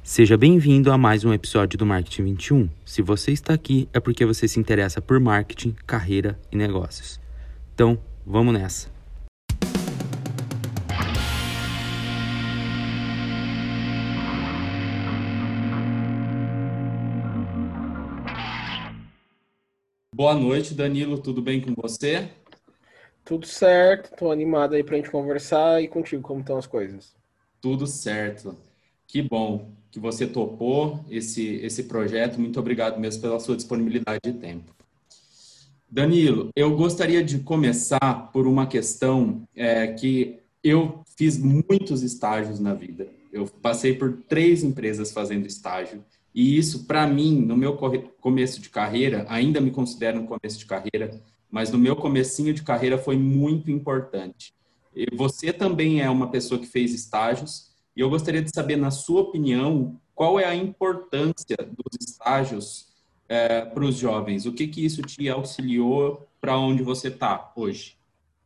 Seja bem-vindo a mais um episódio do Marketing 21. Se você está aqui, é porque você se interessa por marketing, carreira e negócios. Então, vamos nessa! Boa noite, Danilo. Tudo bem com você? Tudo certo, tô animado aí pra gente conversar e contigo, como estão as coisas? Tudo certo. Que bom que você topou esse projeto. Muito obrigado mesmo pela sua disponibilidade de tempo. Danilo, eu gostaria de começar por uma questão que eu fiz muitos estágios na vida. Eu passei por 3 empresas fazendo estágio. E isso, para mim, no meu começo de carreira, ainda me considero um começo de carreira, mas no meu comecinho de carreira foi muito importante. E você também é uma pessoa que fez estágios, e eu gostaria de saber, na sua opinião, qual é a importância dos estágios para os jovens? O que que isso te auxiliou para onde você está hoje?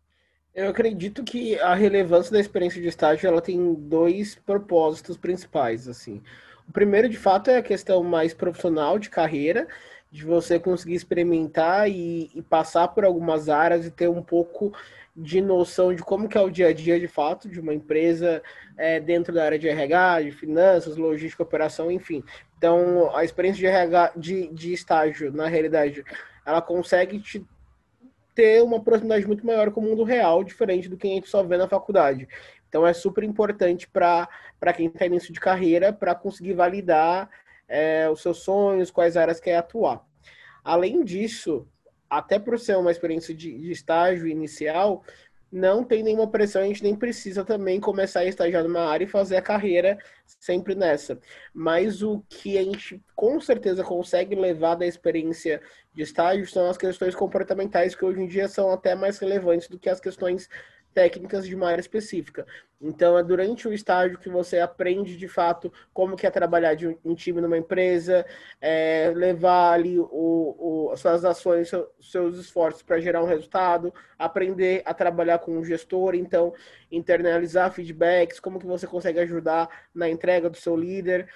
Eu acredito que a relevância da experiência de estágio ela tem dois propósitos principais, assim. O primeiro, de fato, é a questão mais profissional de carreira, de você conseguir experimentar e passar por algumas áreas e ter um pouco de noção de como que é o dia a dia, de fato, de uma empresa dentro da área de RH, de finanças, logística, operação, enfim. Então, a experiência de RH, de estágio, na realidade, ela consegue te ter uma proximidade muito maior com o mundo real, diferente do que a gente só vê na faculdade. Então é super importante para quem está início de carreira, para conseguir validar os seus sonhos, quais áreas quer atuar. Além disso, até por ser uma experiência de estágio inicial, não tem nenhuma pressão, a gente nem precisa também começar a estagiar numa área e fazer a carreira sempre nessa. Mas o que a gente com certeza consegue levar da experiência de estágio são as questões comportamentais, que hoje em dia são até mais relevantes do que as questões técnicas de uma área específica. Então, é durante o estágio que você aprende, de fato, como que é trabalhar em time numa empresa, levar ali as suas ações, seus esforços para gerar um resultado, aprender a trabalhar com um gestor, então, internalizar feedbacks, como que você consegue ajudar na entrega do seu líder,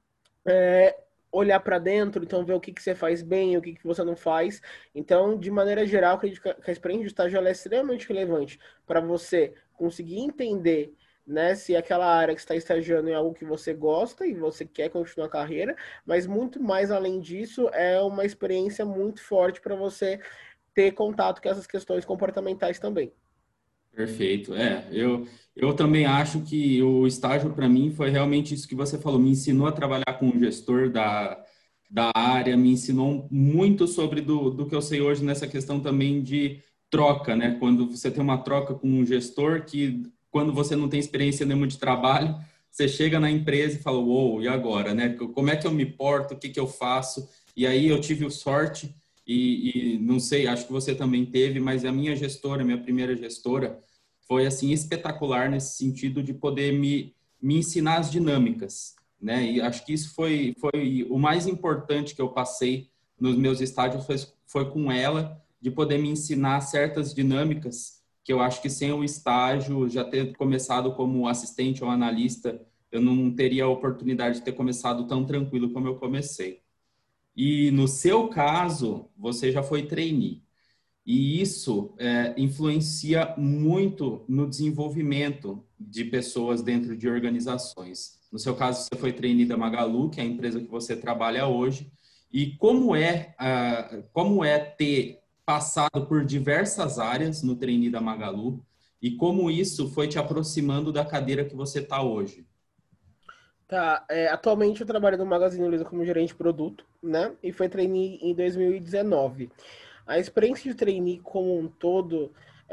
olhar para dentro, então ver o que você faz bem, o que você não faz. Então, de maneira geral, acredito que a experiência de estágio é extremamente relevante para você conseguir entender, né, se aquela área que está estagiando é algo que você gosta e você quer continuar a carreira, mas muito mais além disso, é uma experiência muito forte para você ter contato com essas questões comportamentais também. Perfeito. Eu também acho que o estágio para mim foi realmente isso que você falou. Me ensinou a trabalhar com o gestor da área, me ensinou muito sobre do que eu sei hoje nessa questão também de troca, né? Quando você tem uma troca com um gestor que, quando você não tem experiência nenhuma de trabalho, você chega na empresa e fala, uou, e agora, né? Como é que eu me porto? O que que eu faço? E aí eu tive sorte e não sei, acho que você também teve, mas a minha gestora, minha primeira gestora, foi assim espetacular nesse sentido de poder me ensinar as dinâmicas, né? E acho que isso foi o mais importante que eu passei nos meus estágios foi com ela, de poder me ensinar certas dinâmicas que eu acho que sem o estágio, já ter começado como assistente ou analista, eu não teria a oportunidade de ter começado tão tranquilo como eu comecei. E no seu caso, você já foi trainee. E isso influencia muito no desenvolvimento de pessoas dentro de organizações. No seu caso, você foi trainee da Magalu, que é a empresa que você trabalha hoje. E como é ter passado por diversas áreas no trainee da Magalu e como isso foi te aproximando da cadeira que você está hoje? Tá, atualmente eu trabalho no Magazine Luiza como gerente de produto, né? E foi trainee em 2019. A experiência de trainee como um todo,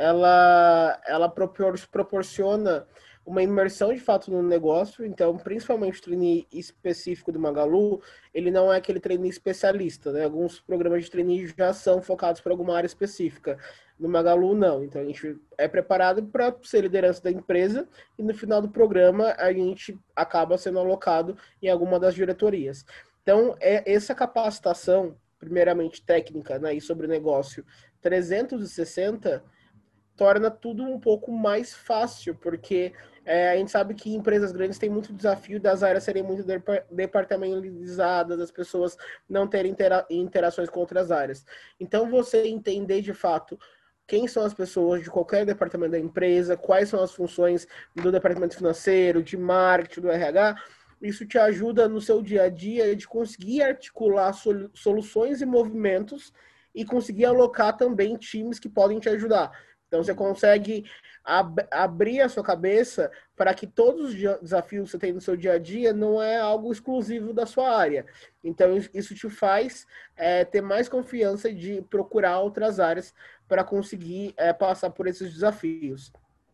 ela proporciona uma imersão de fato no negócio. Então, principalmente o trainee específico do Magalu, ele não é aquele trainee especialista, né? Alguns programas de trainee já são focados para alguma área específica. No Magalu, não. Então, a gente é preparado para ser liderança da empresa e no final do programa a gente acaba sendo alocado em alguma das diretorias. Então, essa capacitação, primeiramente técnica, né, e sobre negócio 360, torna tudo um pouco mais fácil, porque a gente sabe que empresas grandes têm muito desafio das áreas serem muito departamentalizadas, das pessoas não terem interações com outras áreas. Então, você entender de fato quem são as pessoas de qualquer departamento da empresa, quais são as funções do departamento financeiro, de marketing, do RH, isso te ajuda no seu dia a dia de conseguir articular soluções e movimentos e conseguir alocar também times que podem te ajudar. Então, você consegue abrir a sua cabeça para que todos os desafios que você tem no seu dia a dia não é algo exclusivo da sua área. Então, isso te faz ter mais confiança de procurar outras áreas para conseguir passar por esses desafios.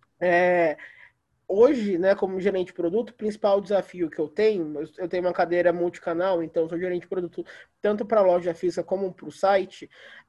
Hoje, né, como gerente de produto, o principal desafio que eu tenho uma cadeira multicanal, então sou gerente de produto tanto para a loja física como para o site.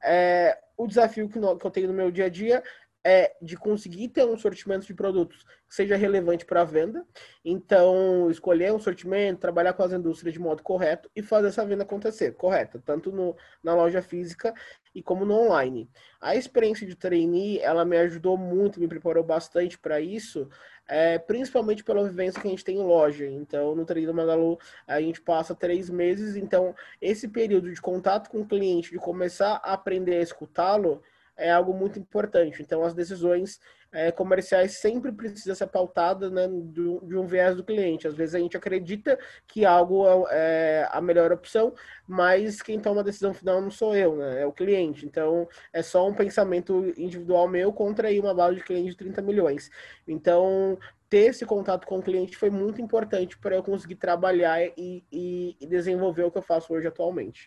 O desafio que eu tenho no meu dia a dia é de conseguir ter um sortimento de produtos que seja relevante para a venda. Então, escolher um sortimento, trabalhar com as indústrias de modo correto e fazer essa venda acontecer, correta, tanto na loja física e como no online. A experiência de trainee, ela me ajudou muito, me preparou bastante para isso, principalmente pela vivência que a gente tem em loja. Então, no Trainee do Magalu, a gente passa 3 meses, então esse período de contato com o cliente, de começar a aprender a escutá-lo, é algo muito importante. Então, as decisões comerciais sempre precisam ser pautadas, né, de um viés do cliente. Às vezes a gente acredita que algo é a melhor opção, mas quem toma a decisão final não sou eu, né, é o cliente. Então, é só um pensamento individual meu contra aí uma base de cliente de 30 milhões. Então, ter esse contato com o cliente foi muito importante para eu conseguir trabalhar e desenvolver o que eu faço hoje atualmente.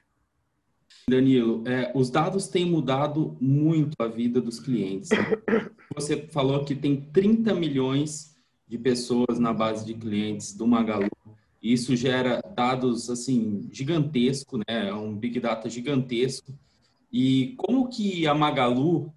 Danilo, os dados têm mudado muito a vida dos clientes, né? Você falou que tem 30 milhões de pessoas na base de clientes do Magalu. E isso gera dados assim gigantesco, né? É um big data gigantesco. E como que a Magalu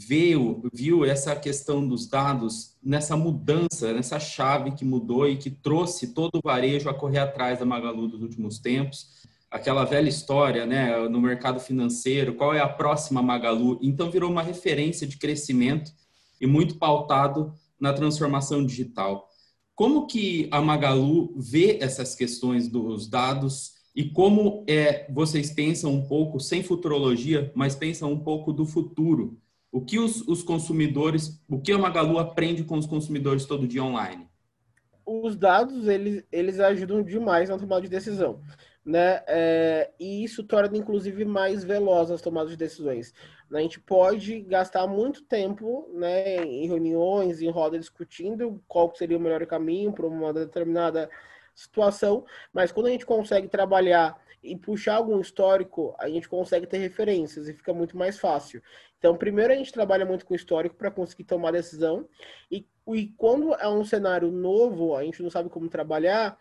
viu essa questão dos dados nessa mudança, nessa chave que mudou e que trouxe todo o varejo a correr atrás da Magalu dos últimos tempos? Aquela velha história, né, no mercado financeiro, qual é a próxima Magalu? Então virou uma referência de crescimento e muito pautado na transformação digital. Como que a Magalu vê essas questões dos dados e como vocês pensam um pouco, sem futurologia, mas pensam um pouco do futuro? O que os consumidores, o que a Magalu aprende com os consumidores todo dia online? Os dados, eles ajudam demais na tomada de decisão, né? E isso torna, inclusive, mais veloz as tomadas de decisões. A gente pode gastar muito tempo, né, em reuniões, em roda, discutindo qual seria o melhor caminho para uma determinada situação, mas quando a gente consegue trabalhar e puxar algum histórico, a gente consegue ter referências e fica muito mais fácil. Então, primeiro a gente trabalha muito com o histórico para conseguir tomar decisão, e quando é um cenário novo, a gente não sabe como trabalhar,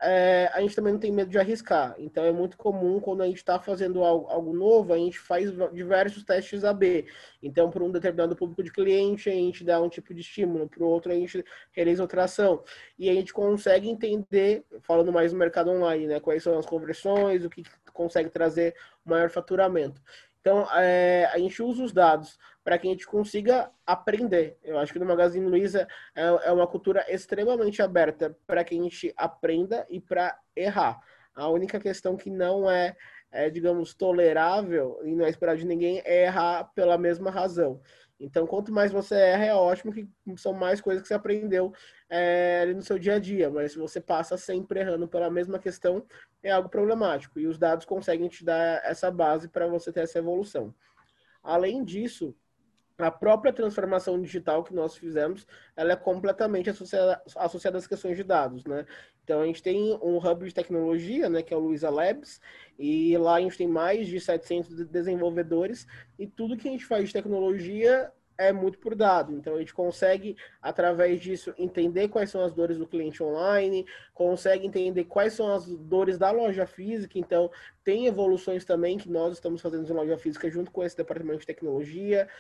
a gente também não tem medo de arriscar. Então é muito comum quando a gente está fazendo algo novo, a gente faz diversos testes A/B. Então, para um determinado público de cliente, a gente dá um tipo de estímulo, para o outro a gente realiza outra ação. E a gente consegue entender, falando mais no mercado online, né, quais são as conversões, o que consegue trazer maior faturamento. Então, a gente usa os dados para que a gente consiga aprender. Eu acho que no Magazine Luiza é uma cultura extremamente aberta para que a gente aprenda e para errar. A única questão que não digamos, tolerável e não é esperado de ninguém é errar pela mesma razão. Então, quanto mais você erra, é ótimo, que são mais coisas que você aprendeu ali no seu dia a dia. Mas se você passa sempre errando pela mesma questão, é algo problemático. E os dados conseguem te dar essa base para você ter essa evolução. Além disso, a própria transformação digital que nós fizemos, ela é completamente associada às questões de dados, né? Então, a gente tem um hub de tecnologia, né, que é o Luiza Labs, e lá a gente tem mais de 700 desenvolvedores, e tudo que a gente faz de tecnologia é muito por dado. Então, a gente consegue, através disso, entender quais são as dores do cliente online, consegue entender quais são as dores da loja física. Então, tem evoluções também que nós estamos fazendo na loja física junto com esse departamento de tecnologia.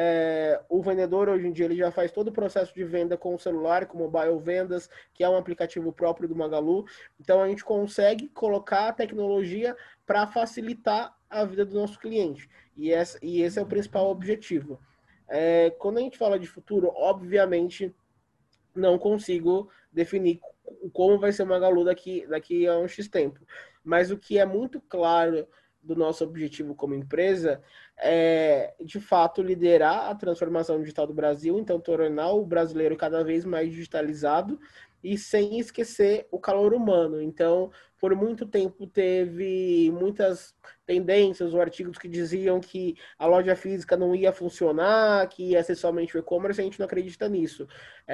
O vendedor, hoje em dia, ele já faz todo o processo de venda com o celular, com o Mobile Vendas, que é um aplicativo próprio do Magalu. Então, a gente consegue colocar a tecnologia para facilitar a vida do nosso cliente. E esse é o principal objetivo. Quando a gente fala de futuro, obviamente não consigo definir como vai ser o Magalu daqui a um X tempo. Mas o que é muito claro do nosso objetivo como empresa é, de fato, liderar a transformação digital do Brasil, então tornar o brasileiro cada vez mais digitalizado e sem esquecer o calor humano. Então, por muito tempo teve muitas tendências ou artigos que diziam que a loja física não ia funcionar, que ia ser somente o e-commerce, a gente não acredita nisso.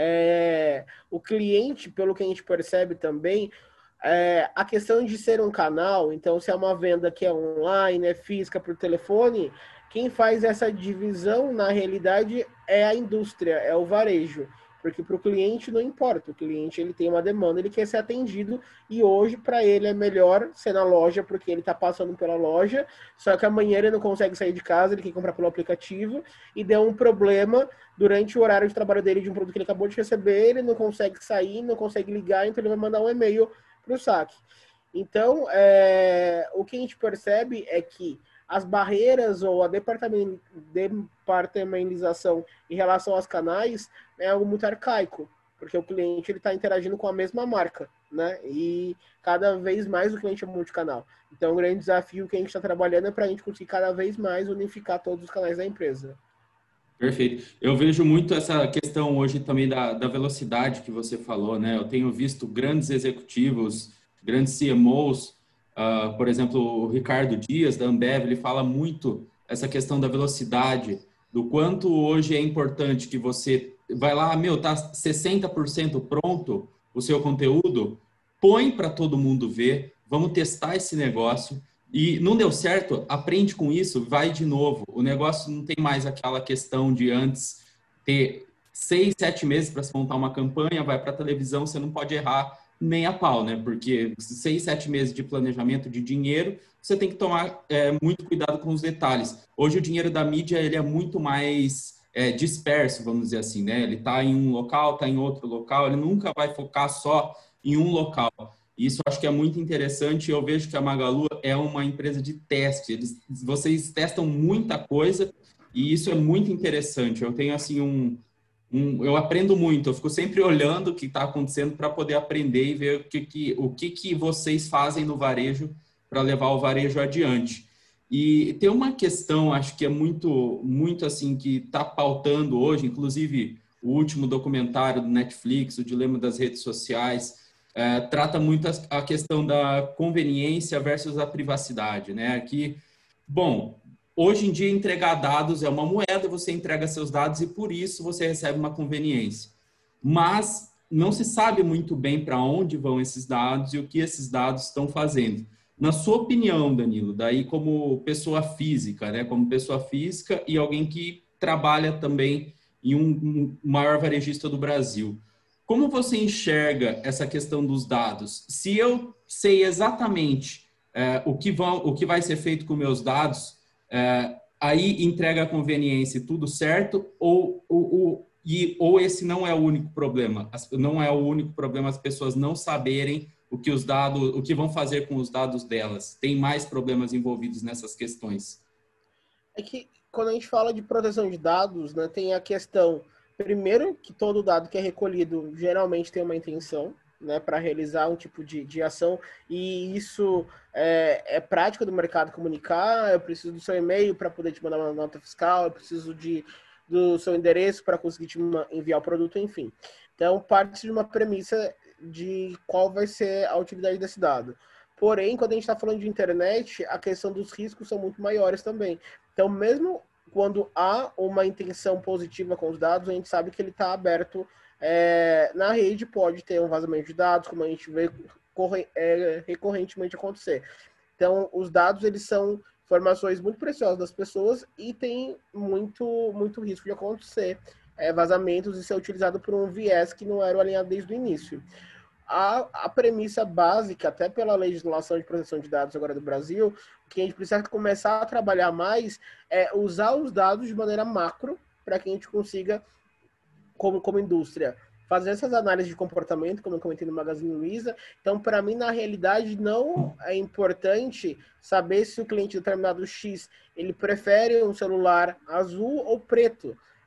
O cliente, pelo que a gente percebe também, a questão de ser um canal, então se é uma venda que é online, é física por telefone, quem faz essa divisão na realidade é a indústria, é o varejo. Porque para o cliente não importa, o cliente ele tem uma demanda, ele quer ser atendido e hoje para ele é melhor ser na loja porque ele está passando pela loja, só que amanhã ele não consegue sair de casa, ele quer comprar pelo aplicativo e deu um problema durante o horário de trabalho dele de um produto que ele acabou de receber, ele não consegue sair, não consegue ligar, então ele vai mandar um e-mail para o saque. Então, o que a gente percebe é que as barreiras ou a departamentalização em relação aos canais é algo muito arcaico, porque o cliente está interagindo com a mesma marca, né? E cada vez mais o cliente é multicanal. Então, o grande desafio que a gente está trabalhando é para a gente conseguir cada vez mais unificar todos os canais da empresa. Perfeito. Eu vejo muito essa questão hoje também da velocidade que você falou, né? Eu tenho visto grandes executivos, grandes CMOs, por exemplo, o Ricardo Dias, da Ambev, ele fala muito essa questão da velocidade, do quanto hoje é importante que você vai lá, tá 60% pronto o seu conteúdo, põe para todo mundo ver, vamos testar esse negócio. E não deu certo, aprende com isso, vai de novo. O negócio não tem mais aquela questão de antes ter 6, 7 meses para se montar uma campanha, vai para a televisão, você não pode errar nem a pau, né? Porque 6, 7 meses de planejamento de dinheiro, você tem que tomar muito cuidado com os detalhes. Hoje o dinheiro da mídia ele é muito mais disperso, vamos dizer assim, né? Ele está em um local, está em outro local, ele nunca vai focar só em um local. Isso eu acho que é muito interessante. Eu vejo que a Magalu é uma empresa de teste. Vocês testam muita coisa e isso é muito interessante. Eu tenho assim eu aprendo muito. Eu fico sempre olhando o que está acontecendo para poder aprender e ver o que vocês fazem no varejo para levar o varejo adiante. E tem uma questão, acho que é muito assim que está pautando hoje, inclusive o último documentário do Netflix, o Dilema das Redes Sociais trata muito a questão da conveniência versus a privacidade, né? Aqui, bom, hoje em dia entregar dados é uma moeda, você entrega seus dados e por isso você recebe uma conveniência. Mas não se sabe muito bem para onde vão esses dados e o que esses dados estão fazendo. Na sua opinião, Danilo, daí como pessoa física, né? Como pessoa física e alguém que trabalha também em um maior varejista do Brasil. Como você enxerga essa questão dos dados? Se eu sei exatamente o que vai ser feito com meus dados, aí entrega a conveniência e tudo certo, ou esse não é o único problema? Não é o único problema as pessoas não saberem o que vão fazer com os dados delas. Tem mais problemas envolvidos nessas questões. É que quando a gente fala de proteção de dados, né, tem a questão, primeiro, que todo dado que é recolhido geralmente tem uma intenção, né, para realizar um tipo de ação, e isso é prática do mercado comunicar. Eu preciso do seu e-mail para poder te mandar uma nota fiscal, eu preciso do seu endereço para conseguir te enviar o produto, enfim. Então, parte de uma premissa de qual vai ser a utilidade desse dado. Porém, quando a gente está falando de internet, a questão dos riscos são muito maiores também. Então, mesmo quando há uma intenção positiva com os dados, a gente sabe que ele está aberto na rede, pode ter um vazamento de dados, como a gente vê recorrentemente acontecer. Então, os dados, eles são informações muito preciosas das pessoas e tem muito risco de acontecer vazamentos e ser utilizado por um viés que não era o alinhado desde o início. A premissa básica, até pela legislação de proteção de dados agora do Brasil, que a gente precisa começar a trabalhar mais é usar os dados de maneira macro para que a gente consiga, como indústria, fazer essas análises de comportamento, como eu comentei no Magazine Luiza. Então, para mim, na realidade, não é importante saber se o cliente determinado X ele prefere um celular azul ou preto.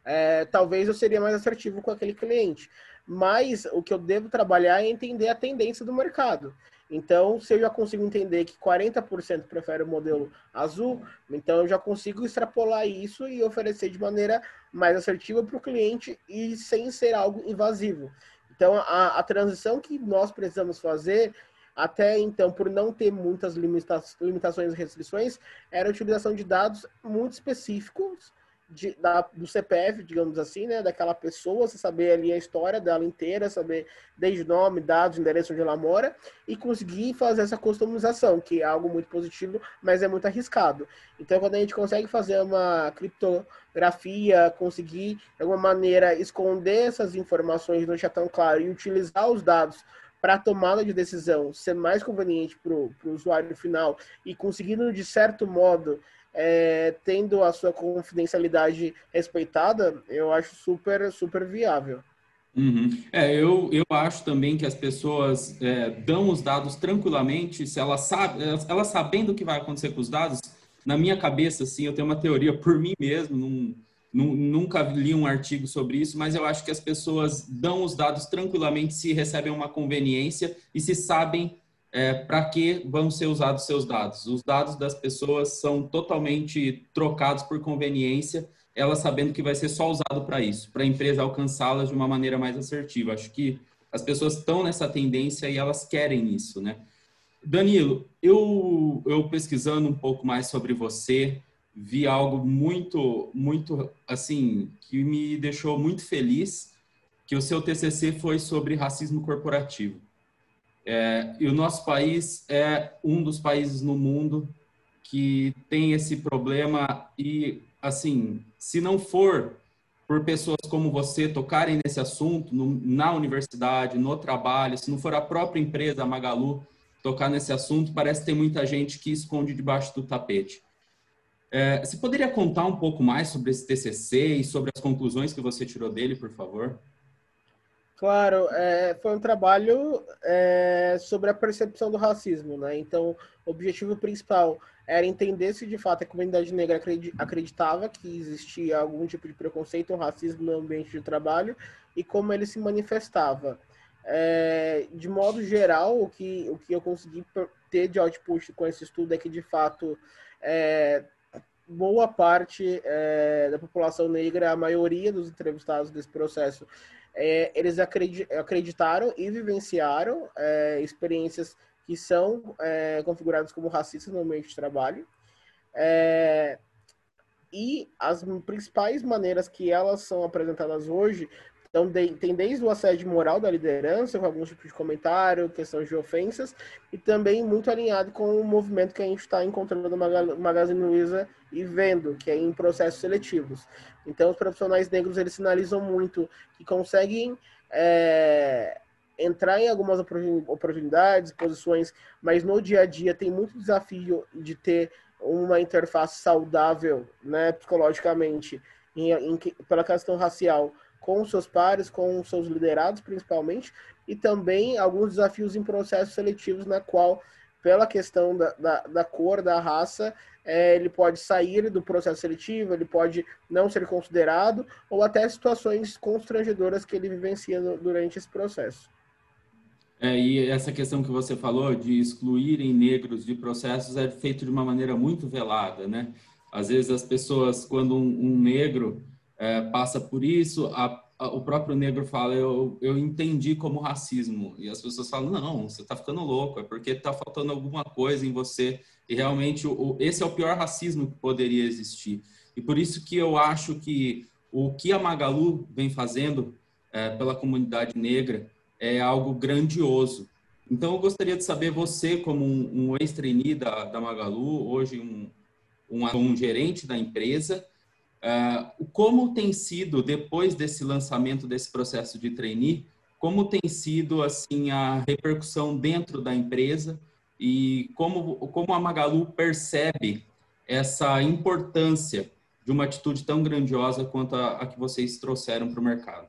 talvez eu seria mais assertivo com aquele cliente. Mas o que eu devo trabalhar é entender a tendência do mercado. Então, se eu já consigo entender que 40% prefere o modelo azul, então eu já consigo extrapolar isso e oferecer de maneira mais assertiva para o cliente e sem ser algo invasivo. Então, a transição que nós precisamos fazer, até então, por não ter muitas limitações e restrições, era a utilização de dados muito específicos do CPF, digamos assim, né, daquela pessoa, você saber ali a história dela inteira, saber desde nome, dados, endereço onde ela mora, e conseguir fazer essa customização, que é algo muito positivo, mas é muito arriscado. Então, quando a gente consegue fazer uma criptografia, conseguir, de alguma maneira, esconder essas informações, não deixar tão claro, e utilizar os dados para a tomada de decisão ser mais conveniente para o usuário final e conseguindo, de certo modo, tendo a sua confidencialidade respeitada, eu acho super, super viável. Uhum. Eu acho também que as pessoas dão os dados tranquilamente, se elas sabendo o que vai acontecer com os dados, na minha cabeça, assim, eu tenho uma teoria por mim mesmo, nunca li um artigo sobre isso, mas eu acho que as pessoas dão os dados tranquilamente se recebem uma conveniência e se sabem para que vão ser usados seus dados. Os dados das pessoas são totalmente trocados por conveniência, ela sabendo que vai ser só usado para isso, para a empresa alcançá-las de uma maneira mais assertiva. Acho que as pessoas estão nessa tendência e elas querem isso, né? Danilo, eu pesquisando um pouco mais sobre você, vi algo muito, assim, que me deixou muito feliz, que o seu TCC foi sobre racismo corporativo. E o nosso país é um dos países no mundo que tem esse problema e, assim, se não for por pessoas como você tocarem nesse assunto na universidade, no trabalho, se não for a própria empresa, a Magalu, tocar nesse assunto, parece que tem muita gente que esconde debaixo do tapete. Você poderia contar um pouco mais sobre esse TCC e sobre as conclusões que você tirou dele, por favor? Claro, foi um trabalho sobre a percepção do racismo, né? Então, o objetivo principal era entender se de fato a comunidade negra acreditava que existia algum tipo de preconceito ou racismo no ambiente de trabalho e como ele se manifestava. De modo geral, o que eu consegui ter de output com esse estudo é que, de fato, boa parte da população negra, a maioria dos entrevistados desse processo, eles acreditaram e vivenciaram experiências que são configuradas como racistas no ambiente de trabalho. E as principais maneiras que elas são apresentadas hoje então, tem desde o assédio moral da liderança, com alguns tipos de comentário, questões de ofensas, e também muito alinhado com o movimento que a gente está encontrando no Magazine Luiza e vendo, que é em processos seletivos. Então, os profissionais negros, eles sinalizam muito que conseguem entrar em algumas oportunidades, posições, mas no dia a dia tem muito desafio de ter uma interface saudável, né, psicologicamente, pela questão racial, com seus pares, com seus liderados, principalmente, e também alguns desafios em processos seletivos, na qual, pela questão da cor, da raça, ele pode sair do processo seletivo, ele pode não ser considerado, ou até situações constrangedoras que ele vivencia durante esse processo. E essa questão que você falou de excluírem negros de processos é feito de uma maneira muito velada, né? Às vezes as pessoas, quando um negro passa por isso, o próprio negro fala, eu entendi como racismo. E as pessoas falam, não, você está ficando louco, é porque está faltando alguma coisa em você. E realmente esse é o pior racismo que poderia existir. E por isso que eu acho que o que a Magalu vem fazendo pela comunidade negra é algo grandioso. Então, eu gostaria de saber, você, como um ex-trainee da Magalu, hoje um gerente da empresa, como tem sido, depois desse lançamento desse processo de trainee, como tem sido assim a repercussão dentro da empresa e como a Magalu percebe essa importância de uma atitude tão grandiosa quanto a que vocês trouxeram para o mercado?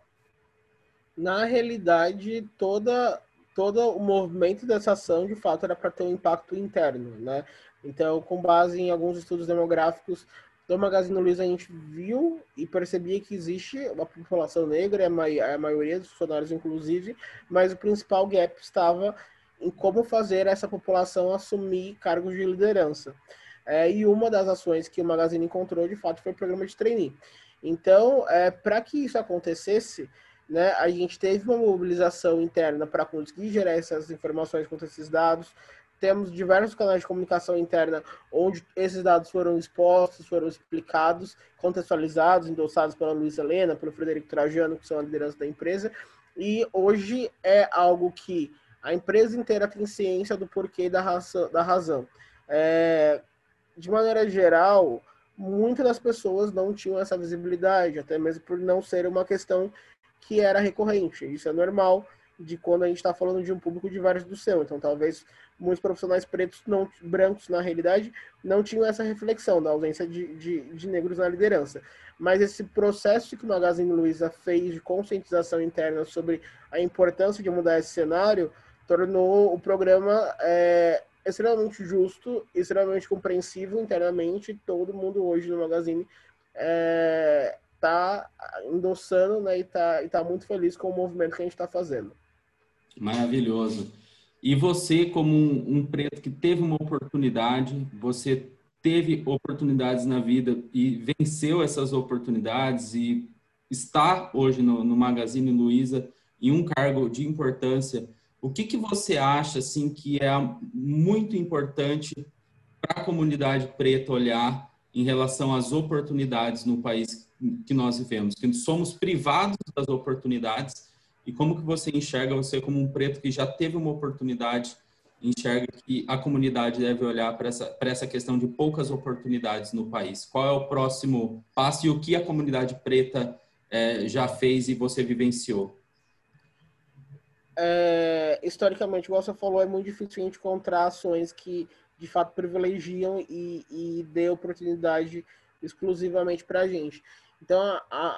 Na realidade, todo o movimento dessa ação, de fato, era para ter um impacto interno, né? Então, com base em alguns estudos demográficos, do Magazine Luiza a gente viu e percebia que existe uma população negra, a maioria dos funcionários inclusive, mas o principal gap estava em como fazer essa população assumir cargos de liderança. E uma das ações que o Magazine encontrou, de fato, foi o programa de trainee. Então, para que isso acontecesse, né, a gente teve uma mobilização interna para conseguir gerar essas informações com esses dados. Temos diversos canais de comunicação interna onde esses dados foram expostos, foram explicados, contextualizados, endossados pela Luísa Helena, pelo Frederico Trajano, que são a liderança da empresa. E hoje é algo que a empresa inteira tem ciência do porquê da razão. De maneira geral, muitas das pessoas não tinham essa visibilidade, até mesmo por não ser uma questão que era recorrente. Isso é normal de quando a gente está falando de um público diverso do seu. Então, talvez muitos profissionais pretos, não brancos, na realidade, não tinham essa reflexão da ausência de negros na liderança. Mas esse processo que o Magazine Luiza fez de conscientização interna sobre a importância de mudar esse cenário tornou o programa extremamente justo, extremamente compreensível internamente. Todo mundo hoje no Magazine está endossando, né, e tá muito feliz com o movimento que a gente está fazendo. Maravilhoso. E você, como um preto que teve uma oportunidade, você teve oportunidades na vida e venceu essas oportunidades e está hoje no Magazine Luiza em um cargo de importância. O que você acha assim que é muito importante para a comunidade preta olhar em relação às oportunidades no país que nós vivemos, que somos privados das oportunidades, e como que você enxerga, você como um preto que já teve uma oportunidade, enxerga que a comunidade deve olhar para essa questão de poucas oportunidades no país? Qual é o próximo passo e o que a comunidade preta já fez e você vivenciou? Historicamente, igual você falou, é muito difícil a gente encontrar ações que de fato privilegiam e dê oportunidade exclusivamente para a gente. Então,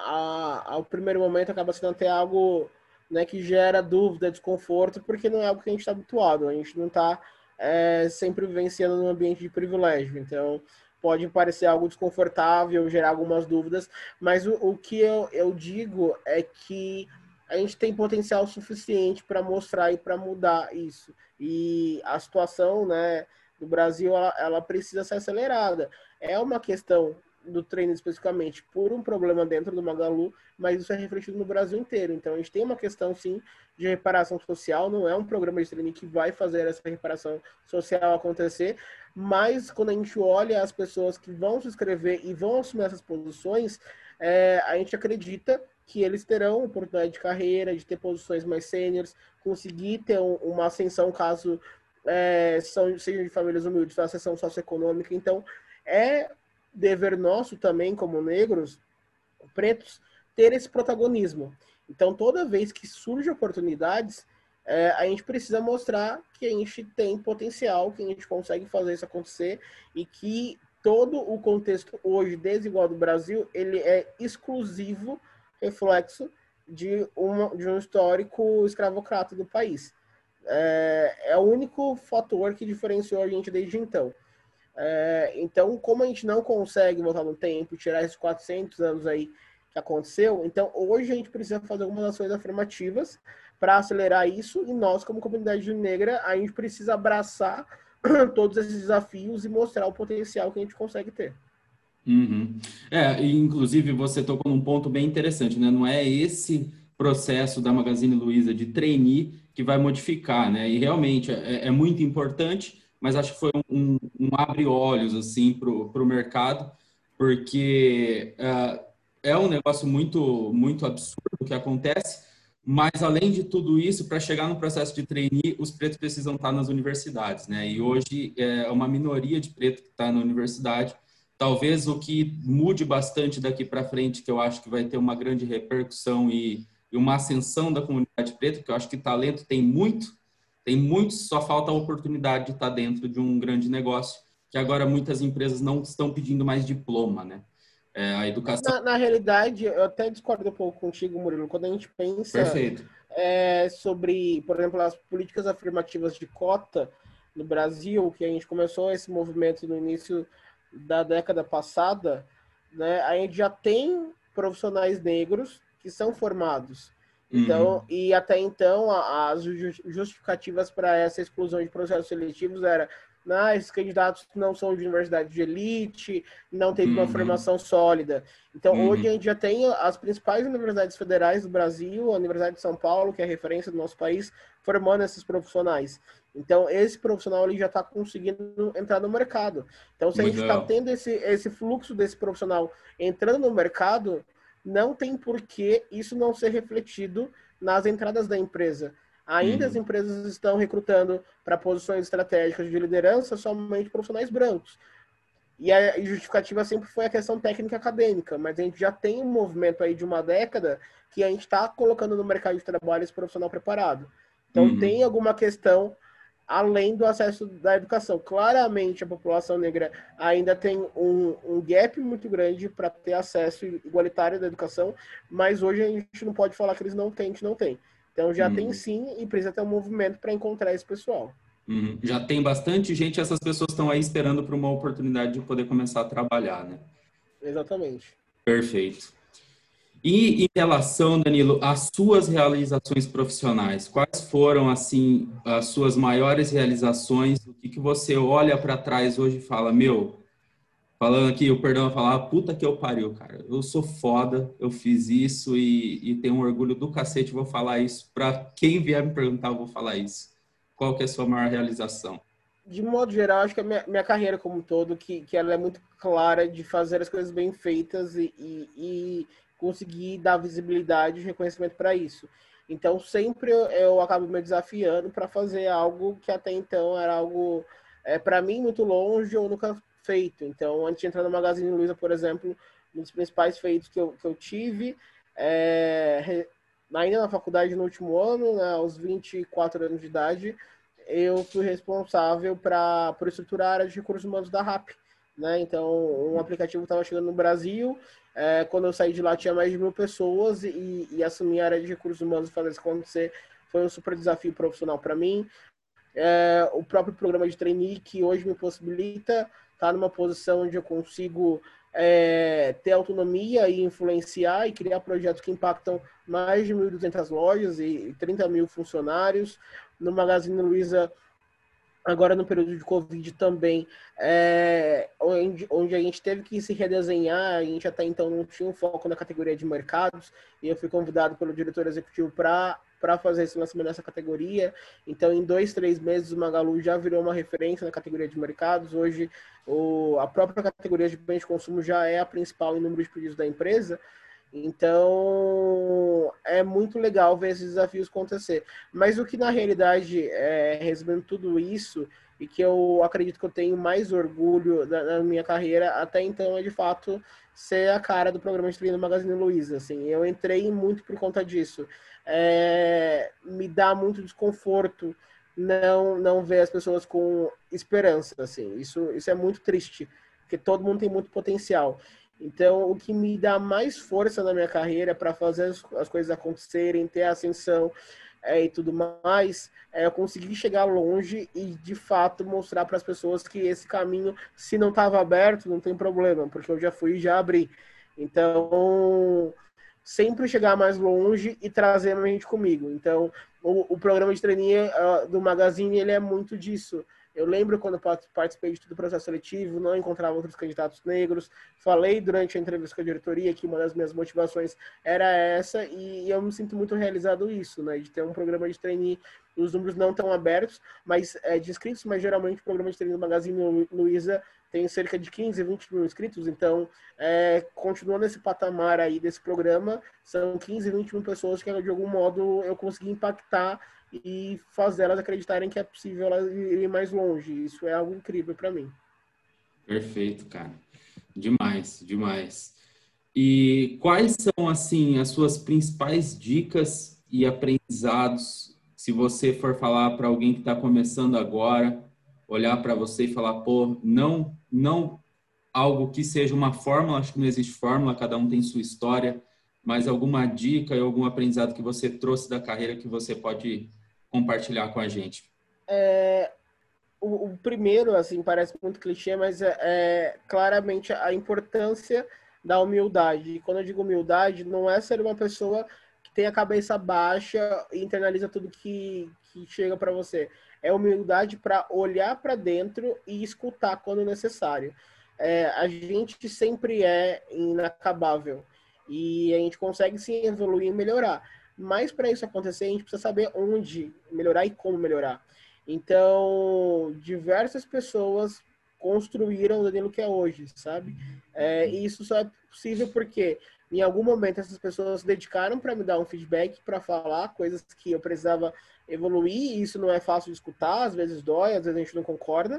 ao primeiro momento, acaba sendo até algo, né, que gera dúvida, desconforto, porque não é algo que a gente está habituado. A gente não está sempre vivenciando num ambiente de privilégio. Então, pode parecer algo desconfortável, gerar algumas dúvidas, mas o que eu digo é que a gente tem potencial suficiente para mostrar e para mudar isso. E a situação, né, do Brasil, ela precisa ser acelerada. É uma questão do treino especificamente por um problema dentro do Magalu, mas isso é refletido no Brasil inteiro. Então, a gente tem uma questão, sim, de reparação social. Não é um programa de treino que vai fazer essa reparação social acontecer, mas quando a gente olha as pessoas que vão se inscrever e vão assumir essas posições, a gente acredita que eles terão oportunidade de carreira, de ter posições mais sêniores, conseguir ter uma ascensão caso sejam de famílias humildes, uma ascensão socioeconômica. Então, é dever nosso também, como negros, pretos, ter esse protagonismo. Então, toda vez que surgem oportunidades, a gente precisa mostrar que a gente tem potencial, que a gente consegue fazer isso acontecer e que todo o contexto hoje desigual do Brasil, ele é exclusivo reflexo de um histórico escravocrata do país. É o único fator que diferenciou a gente desde então. Então, como a gente não consegue voltar no tempo, tirar esses 400 anos aí que aconteceu, então hoje a gente precisa fazer algumas ações afirmativas para acelerar isso, e nós, como comunidade negra, a gente precisa abraçar todos esses desafios e mostrar o potencial que a gente consegue ter. Uhum. E inclusive você tocou num ponto bem interessante, né? Não é esse processo da Magazine Luiza de trainee que vai modificar, né? E realmente é muito importante, mas acho que foi um abre-olhos assim para o mercado, porque é um negócio muito absurdo o que acontece, mas além de tudo isso, para chegar no processo de trainee, os pretos precisam estar nas universidades, né? E hoje é uma minoria de preto que está na universidade. Talvez o que mude bastante daqui para frente, que eu acho que vai ter uma grande repercussão e uma ascensão da comunidade preta, porque eu acho que talento tem muito, só falta a oportunidade de estar dentro de um grande negócio, que agora muitas empresas não estão pedindo mais diploma, né? A educação... Na realidade, eu até discordo um pouco contigo, Murilo, quando a gente pensa Perfeito. sobre, por exemplo, as políticas afirmativas de cota no Brasil, que a gente começou esse movimento no início da década passada, né, a gente já tem profissionais negros que são formados. Então, Uhum. e até então, as justificativas para essa exclusão de processos seletivos era, esses candidatos não são de universidade de elite, não teve uma Uhum. formação sólida. Então, hoje a Uhum. gente já tem as principais universidades federais do Brasil, a Universidade de São Paulo, que é a referência do nosso país, formando esses profissionais. Então, esse profissional ele já está conseguindo entrar no mercado. Então, se a Muito gente está legal. tendo esse fluxo desse profissional entrando no mercado, não tem por que isso não ser refletido nas entradas da empresa. Ainda as Uhum. empresas estão recrutando para posições estratégicas de liderança somente profissionais brancos. E a justificativa sempre foi a questão técnica acadêmica, mas a gente já tem um movimento aí de uma década que a gente está colocando no mercado de trabalho esse profissional preparado. Então tem Uhum. alguma questão além do acesso da educação. Claramente a população negra ainda tem um gap muito grande para ter acesso igualitário da educação, mas hoje a gente não pode falar que eles não têm, a gente não tem. Então já tem Uhum. sim e precisa ter um movimento para encontrar esse pessoal. Uhum. Já tem bastante gente, essas pessoas estão aí esperando por uma oportunidade de poder começar a trabalhar, né? Exatamente. Perfeito. E em relação, Danilo, às suas realizações profissionais, quais foram, assim, as suas maiores realizações? O que que você olha para trás hoje e fala, meu, falando aqui, o perdão, falar, puta que eu pariu, cara, eu sou foda, eu fiz isso e tenho um orgulho do cacete, vou falar isso. Para quem vier me perguntar, eu vou falar isso. Qual que é a sua maior realização? De modo geral, acho que a minha carreira como um todo, que ela é muito clara de fazer as coisas bem feitas e conseguir dar visibilidade e reconhecimento para isso. Então, sempre eu acabo me desafiando para fazer algo que até então era algo, para mim, muito longe ou nunca feito. Então, antes de entrar no Magazine Luiza, por exemplo, um dos principais feitos que eu tive, ainda na faculdade no último ano, né, aos 24 anos de idade, eu fui responsável por estruturar a área de recursos humanos da RAP. Né? Então, um aplicativo estava chegando no Brasil. Quando eu saí de lá, tinha mais de 1.000 pessoas e assumir a área de recursos humanos e fazer isso acontecer foi um super desafio profissional para mim. O próprio programa de trainee, que hoje me possibilita estar numa posição onde eu consigo ter autonomia e influenciar e criar projetos que impactam mais de 1.200 lojas e 30 mil funcionários. No Magazine Luiza, agora no período de Covid também, onde a gente teve que se redesenhar, a gente até então não tinha um foco na categoria de mercados, e eu fui convidado pelo diretor executivo para fazer esse lançamento nessa categoria. Então, em 2, 3 meses, o Magalu já virou uma referência na categoria de mercados. Hoje, a própria categoria de bens de consumo já é a principal em número de pedidos da empresa. Então, é muito legal ver esses desafios acontecer. Mas o que, na realidade, resumindo tudo isso, e que eu acredito que eu tenho mais orgulho na minha carreira, até então, é de fato ser a cara do programa de treino do Magazine Luiza. Assim, eu entrei muito por conta disso. Me dá muito desconforto não ver as pessoas com esperança. Assim. Isso é muito triste, porque todo mundo tem muito potencial. Então, o que me dá mais força na minha carreira para fazer as coisas acontecerem, ter ascensão e tudo mais, eu conseguir chegar longe e, de fato, mostrar para as pessoas que esse caminho, se não estava aberto, não tem problema, porque eu já fui e já abri. Então, sempre chegar mais longe e trazer a gente comigo. Então, o programa de trainee do Magazine, ele é muito disso. Eu lembro quando eu participei de todo o processo seletivo, não encontrava outros candidatos negros. Falei durante a entrevista com a diretoria que uma das minhas motivações era essa e eu me sinto muito realizado isso, né? De ter um programa de trainee, os números não tão abertos, mas de inscritos, mas geralmente o programa de trainee do Magazine Luiza tem cerca de 15, 20 mil inscritos, então continua nesse patamar aí desse programa, são 15, 20 mil pessoas que de algum modo eu consegui impactar e fazer elas acreditarem que é possível elas irem mais longe. Isso é algo incrível para mim. Perfeito, cara. Demais, demais. E quais são, assim, as suas principais dicas e aprendizados, se você for falar para alguém que está começando agora, olhar para você e falar, pô, não algo que seja uma fórmula, acho que não existe fórmula, cada um tem sua história, mas alguma dica e algum aprendizado que você trouxe da carreira que você pode compartilhar com a gente? O primeiro, assim, parece muito clichê, mas é claramente a importância da humildade. E quando eu digo humildade, não é ser uma pessoa que tem a cabeça baixa e internaliza tudo que chega para você. É humildade para olhar para dentro e escutar quando necessário. A gente sempre é inacabável e a gente consegue sim evoluir e melhorar. Mas para isso acontecer, a gente precisa saber onde melhorar e como melhorar. Então, diversas pessoas construíram o Danilo que é hoje, sabe? E isso só é possível porque em algum momento essas pessoas se dedicaram para me dar um feedback, para falar coisas que eu precisava evoluir, e isso não é fácil de escutar, às vezes dói, às vezes a gente não concorda,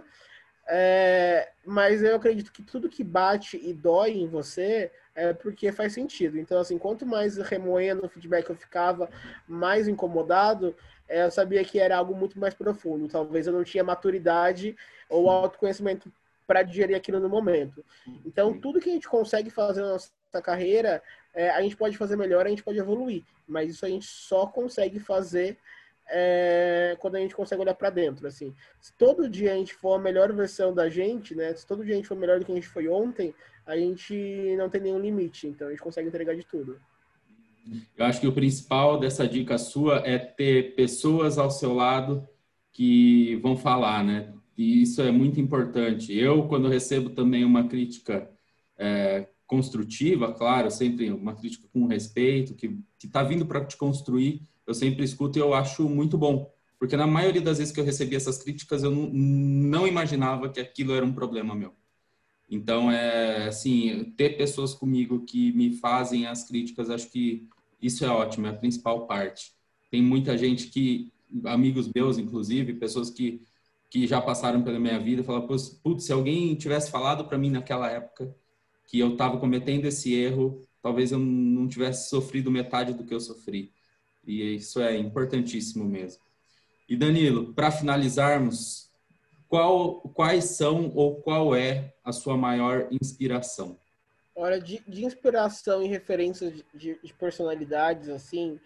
mas eu acredito que tudo que bate e dói em você é porque faz sentido. Então, assim, quanto mais remoendo o feedback eu ficava, mais incomodado, eu sabia que era algo muito mais profundo. Talvez eu não tinha maturidade ou autoconhecimento para digerir aquilo no momento. Então, tudo que a gente consegue fazer na nossa carreira, a gente pode fazer melhor, a gente pode evoluir. Mas isso a gente só consegue fazer quando a gente consegue olhar para dentro, assim. Se todo dia a gente for a melhor versão da gente, né? Se todo dia a gente for melhor do que a gente foi ontem, a gente não tem nenhum limite, então a gente consegue entregar de tudo. Eu acho que o principal dessa dica sua é ter pessoas ao seu lado que vão falar, né? E isso é muito importante. Eu, quando recebo também uma crítica construtiva, claro, sempre uma crítica com respeito, que está vindo para te construir, eu sempre escuto e eu acho muito bom. Porque na maioria das vezes que eu recebi essas críticas, eu não imaginava que aquilo era um problema meu. Então, assim, ter pessoas comigo que me fazem as críticas, acho que isso é ótimo, é a principal parte. Tem muita gente que, amigos meus, inclusive, pessoas que já passaram pela minha vida, falam, putz, se alguém tivesse falado para mim naquela época que eu estava cometendo esse erro, talvez eu não tivesse sofrido metade do que eu sofri. E isso é importantíssimo mesmo. E Danilo, para finalizarmos, quais são ou qual é a sua maior inspiração? Olha, de inspiração e referências de personalidades, assim,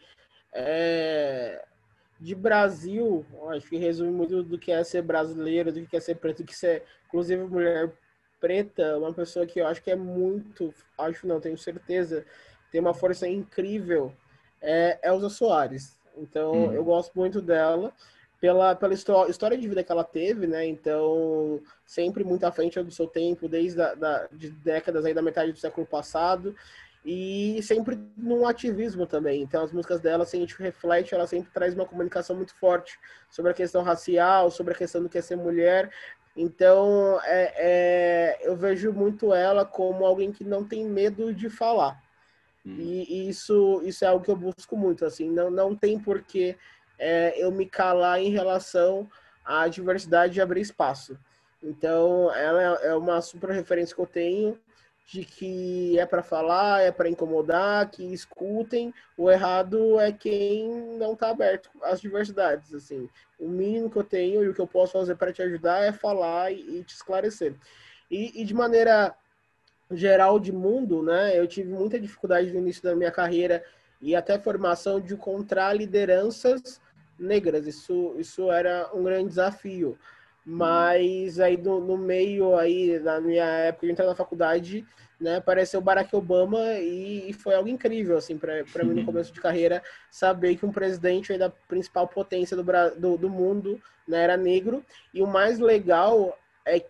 de Brasil, acho que resume muito do que é ser brasileiro, do que é ser preto, do que ser, inclusive, mulher preta, uma pessoa que eu acho que é muito, acho não, tenho certeza, tem uma força incrível, é Elza Soares. Então, eu gosto muito dela, pela história de vida que ela teve, né? Então, sempre muito à frente do seu tempo, desde de décadas aí da metade do século passado, e sempre num ativismo também. Então, as músicas dela, se a gente reflete, ela sempre traz uma comunicação muito forte sobre a questão racial, sobre a questão do que é ser mulher. Então, eu vejo muito ela como alguém que não tem medo de falar. E isso é algo que eu busco muito. Assim, não tem porquê eu me calar em relação à diversidade e abrir espaço. Então, ela é uma super referência que eu tenho de que é para falar, é para incomodar, que escutem. O errado é quem não está aberto às diversidades. Assim, o mínimo que eu tenho e o que eu posso fazer para te ajudar é falar e te esclarecer. E de maneira geral de mundo, né? Eu tive muita dificuldade no início da minha carreira e até formação de encontrar lideranças negras. Isso era um grande desafio. Mas aí no meio aí na minha época de entrar na faculdade, né, apareceu Barack Obama e foi algo incrível assim para mim no começo de carreira saber que um presidente aí da principal potência do mundo, né, era negro. E o mais legal é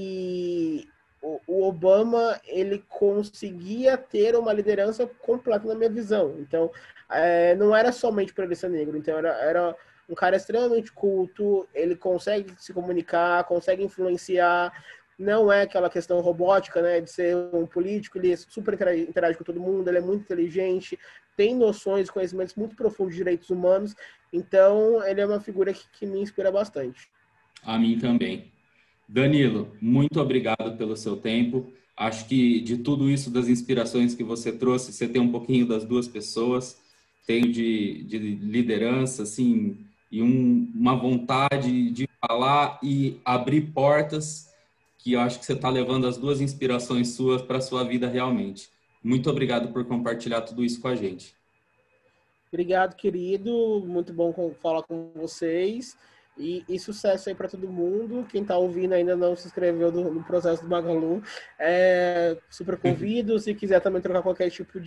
que o Obama ele conseguia ter uma liderança completa na minha visão. Então, não era somente por ele ser negro. Então, era um cara extremamente culto, ele consegue se comunicar, consegue influenciar. Não é aquela questão robótica, né, de ser um político, ele super interage com todo mundo, ele é muito inteligente, tem noções, conhecimentos muito profundos de direitos humanos. Então, ele é uma figura que me inspira bastante. A mim também. Danilo, muito obrigado pelo seu tempo. Acho que de tudo isso, das inspirações que você trouxe, você tem um pouquinho das duas pessoas, tem de liderança, assim, e uma vontade de falar e abrir portas, que eu acho que você está levando as duas inspirações suas para a sua vida realmente. Muito obrigado por compartilhar tudo isso com a gente. Obrigado, querido. Muito bom falar com vocês. E sucesso aí para todo mundo. Quem está ouvindo ainda não se inscreveu no processo do Magalu, super convido. Se quiser também trocar qualquer tipo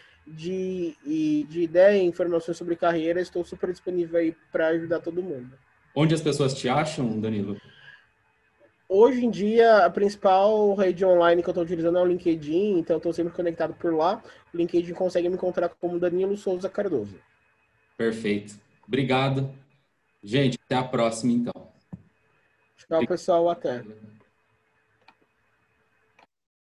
de ideia, informações sobre carreira, estou super disponível aí para ajudar todo mundo. Onde as pessoas te acham, Danilo? Hoje em dia, a principal rede online que eu estou utilizando é o LinkedIn, então eu estou sempre conectado por lá. O LinkedIn consegue me encontrar como Danilo Souza Cardoso. Perfeito. Obrigado. Gente, até a próxima, então. Tchau, pessoal. Até.